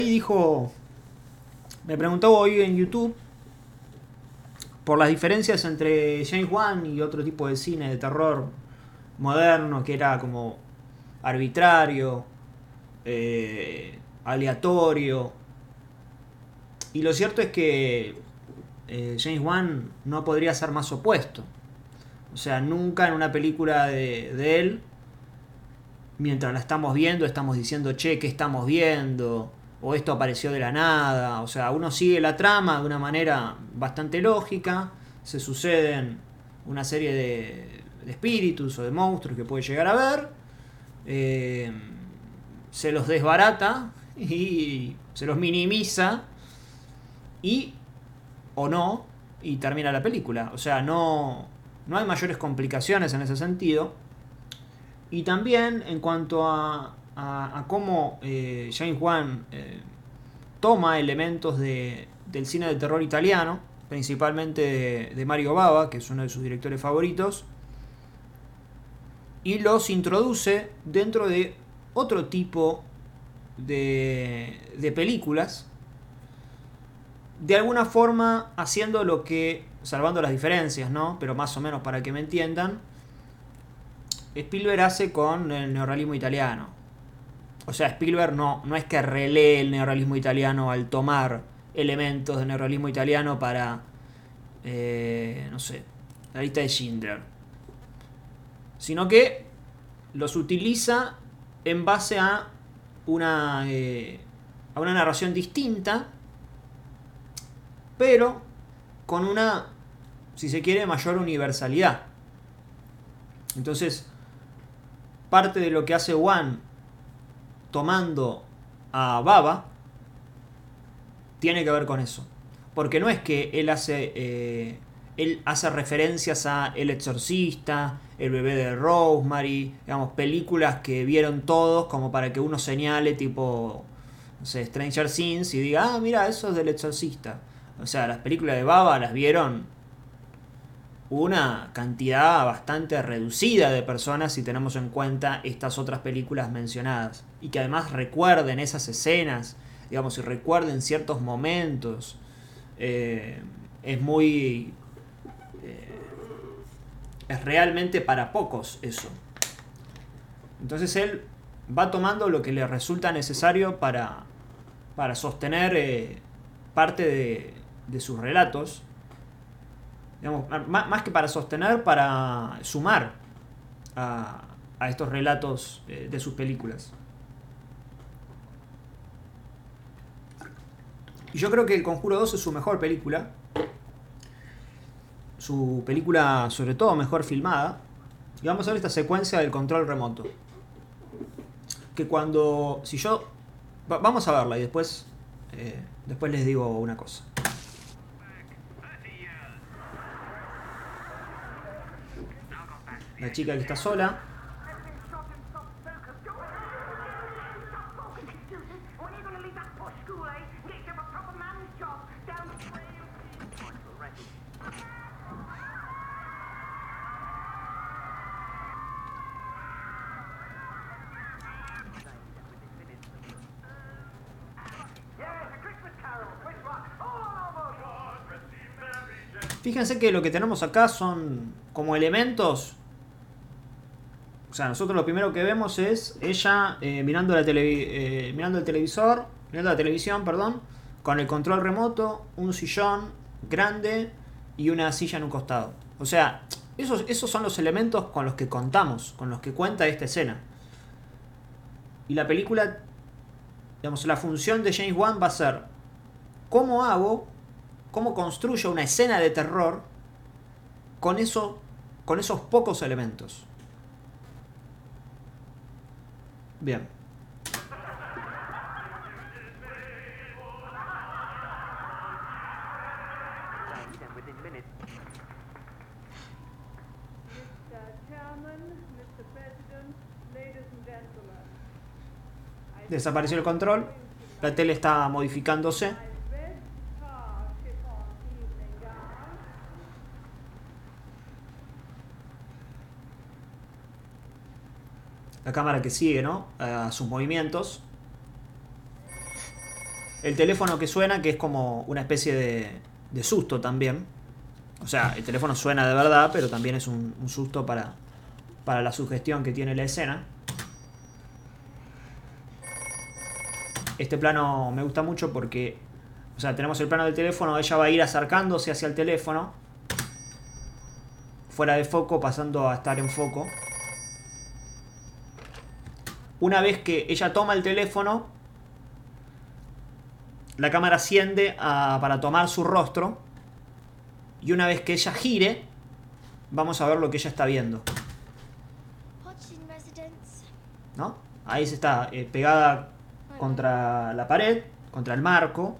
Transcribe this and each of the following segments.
Y dijo, me preguntó hoy en YouTube por las diferencias entre James Wan y otro tipo de cine de terror moderno que era como arbitrario, aleatorio. Y lo cierto es que James Wan no podría ser más opuesto. O sea, nunca en una película de él, mientras la estamos diciendo, che, ¿qué estamos viendo? O esto apareció de la nada. O sea, uno sigue la trama de una manera bastante lógica. Se suceden una serie de espíritus o de monstruos que puede llegar a ver. eh, Se los desbarata y se los minimiza y o no y termina la película. O sea, no hay mayores complicaciones en ese sentido. Y también en cuanto a cómo James Wan toma elementos del cine de terror italiano, principalmente de Mario Bava, que es uno de sus directores favoritos, y los introduce dentro de otro tipo de películas, de alguna forma haciendo lo que, salvando las diferencias, ¿no? Pero más o menos para que me entiendan, Spielberg hace con el neorrealismo italiano. O sea, Spielberg no es que relee el neorrealismo italiano al tomar elementos del neorrealismo italiano para, no sé, la lista de Schindler. Sino que los utiliza en base a una narración distinta, pero con una, si se quiere, mayor universalidad. Entonces, parte de lo que hace Wan tomando a Baba tiene que ver con eso. Porque no es que él hace referencias a El Exorcista, El bebé de Rosemary, digamos, películas que vieron todos como para que uno señale tipo, no sé, Stranger Things y diga, ah, mira, eso es del Exorcista. O sea, las películas de Baba las vieron una cantidad bastante reducida de personas si tenemos en cuenta estas otras películas mencionadas. Y que además recuerden esas escenas, digamos, y recuerden ciertos momentos. Es muy... es realmente para pocos eso. Entonces él va tomando lo que le resulta necesario para sostener parte de sus relatos. Digamos, más que para sostener, para sumar a estos relatos de sus películas. Y yo creo que El Conjuro 2 es su mejor película. Su película, sobre todo, mejor filmada. Y vamos a ver esta secuencia del control remoto. Que cuando... Si yo... Vamos a verla y después les digo una cosa. La chica que está sola. Fíjense que lo que tenemos acá son como elementos. O sea, nosotros lo primero que vemos es ella mirando mirando el televisor, mirando la televisión, perdón, con el control remoto, un sillón grande y una silla en un costado. O sea, esos son los elementos con los que contamos, con los que cuenta esta escena. Y la película, digamos, la función de James Wan va a ser cómo hago, cómo construyo una escena de terror con con esos pocos elementos. Bien. Desapareció el control. La tele está modificándose. La cámara que sigue, ¿no? A sus movimientos. El teléfono que suena, que es como una especie de susto también. O sea, el teléfono suena de verdad, pero también es un susto para la sugestión que tiene la escena. Este plano me gusta mucho porque, o sea, tenemos el plano del teléfono, ella va a ir acercándose hacia el teléfono, fuera de foco, pasando a estar en foco. Una vez que ella toma el teléfono, la cámara asciende para tomar su rostro. Y una vez que ella gire, vamos a ver lo que ella está viendo, ¿no? Ahí se está pegada contra la pared, contra el marco.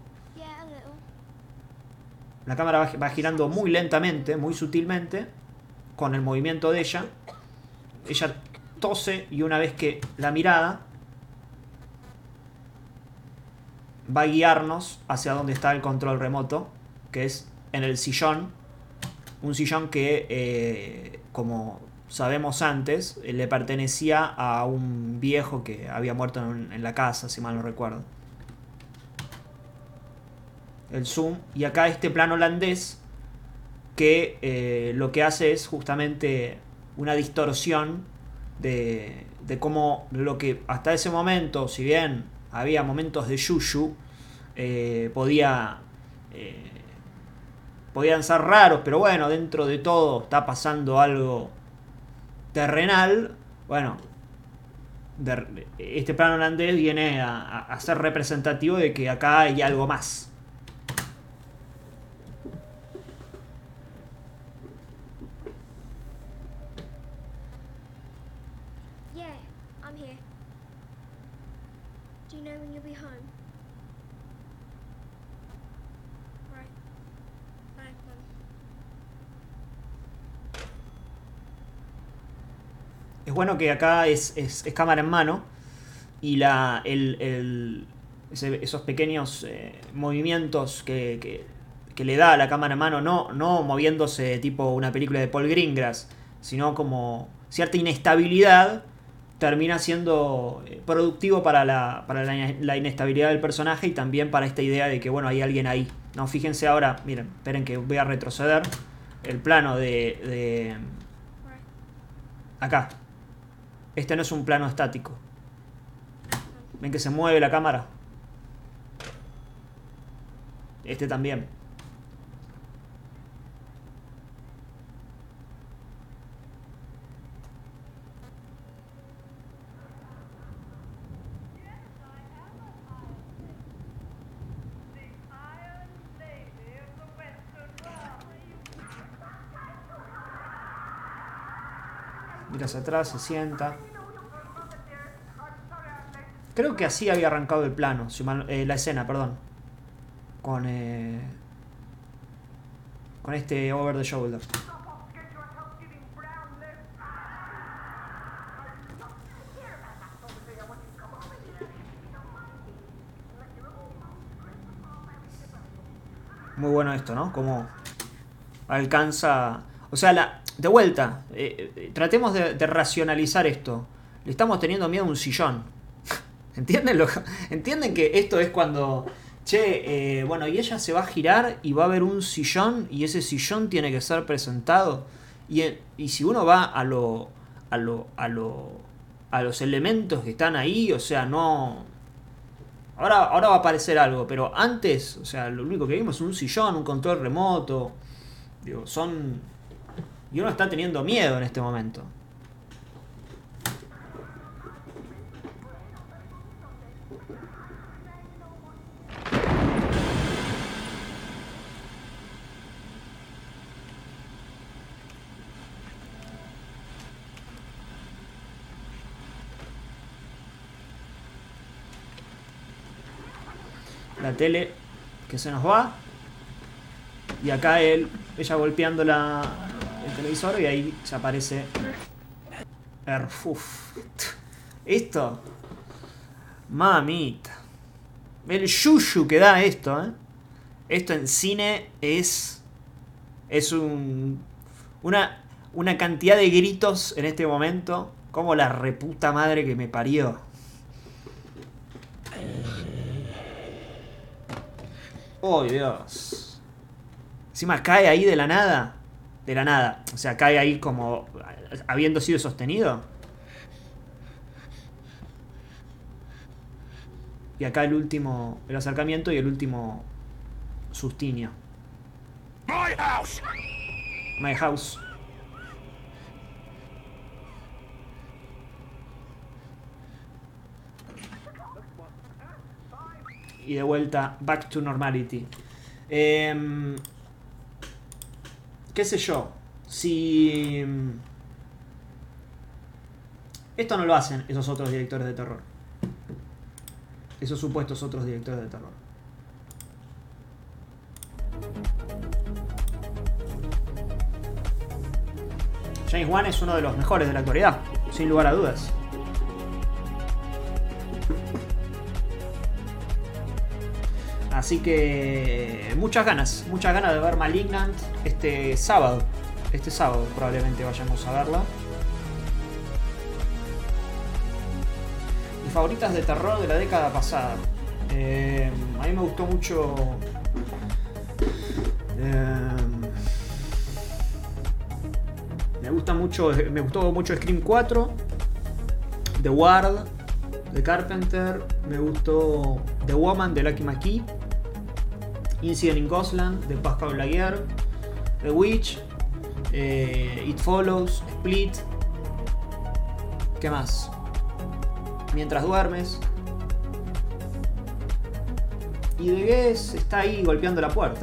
La cámara va girando muy lentamente, muy sutilmente, con el movimiento de ella. Ella tose y una vez que la mirada va a guiarnos hacia donde está el control remoto, que es en el sillón. Un sillón que, como sabemos antes, le pertenecía a un viejo que había muerto en la casa, si mal no recuerdo. El zoom. Y acá este plano holandés que lo que hace es justamente una distorsión de cómo lo que hasta ese momento, si bien había momentos de yuyu, podían ser raros, pero bueno, dentro de todo está pasando algo terrenal. Bueno, este plano holandés viene a ser representativo de que acá hay algo más. Es bueno que acá es cámara en mano y esos pequeños movimientos que le da a la cámara en mano, no moviéndose tipo una película de Paul Greengrass, sino como cierta inestabilidad, termina siendo productivo para la inestabilidad del personaje y también para esta idea de que, bueno, hay alguien ahí. No, fíjense ahora, miren, esperen que voy a retroceder el plano de acá. Este no es un plano estático. ¿Ven que se mueve la cámara? Este también. Mira hacia atrás, se sienta. Creo que así había arrancado el plano, la escena, perdón. Con este over the shoulder. Muy bueno esto, ¿no? Como alcanza... O sea, de vuelta, tratemos de racionalizar esto. Le estamos teniendo miedo a un sillón. ¿Entienden que esto es cuando... Che, bueno, y ella se va a girar y va a haber un sillón y ese sillón tiene que ser presentado. Y si uno va a los elementos que están ahí, o sea, no... Ahora va a aparecer algo, pero antes, o sea, lo único que vimos es un sillón, un control remoto. Digo, y uno está teniendo miedo en este momento. La tele que se nos va. Y acá ella golpeando el televisor y ahí se aparece. Esto. Mamita. El yuyu que da esto, ¿eh? Esto en cine es una cantidad de gritos en este momento. Como la reputa madre que me parió. Oh, Dios. Encima cae ahí de la nada. De la nada. O sea, cae ahí como habiendo sido sostenido. Y acá el último, el acercamiento y el último sustinio. My house! My house. Y de vuelta, back to normality. ¿Qué sé yo? Si... Esto no lo hacen esos otros directores de terror. Esos supuestos otros directores de terror. James Wan es uno de los mejores de la actualidad, sin lugar a dudas. Así que muchas ganas de ver Malignant este sábado. Este sábado probablemente vayamos a verla. Mis favoritas de terror de la década pasada. A mí me gustó mucho... me gustó mucho Scream 4, The Ward de Carpenter, me gustó The Woman de Lucky McKee, Incident in Ghostland de Pascal Laguerre, The Witch, It Follows, Split, ¿qué más? Mientras duermes. Y The Guest está ahí golpeando la puerta.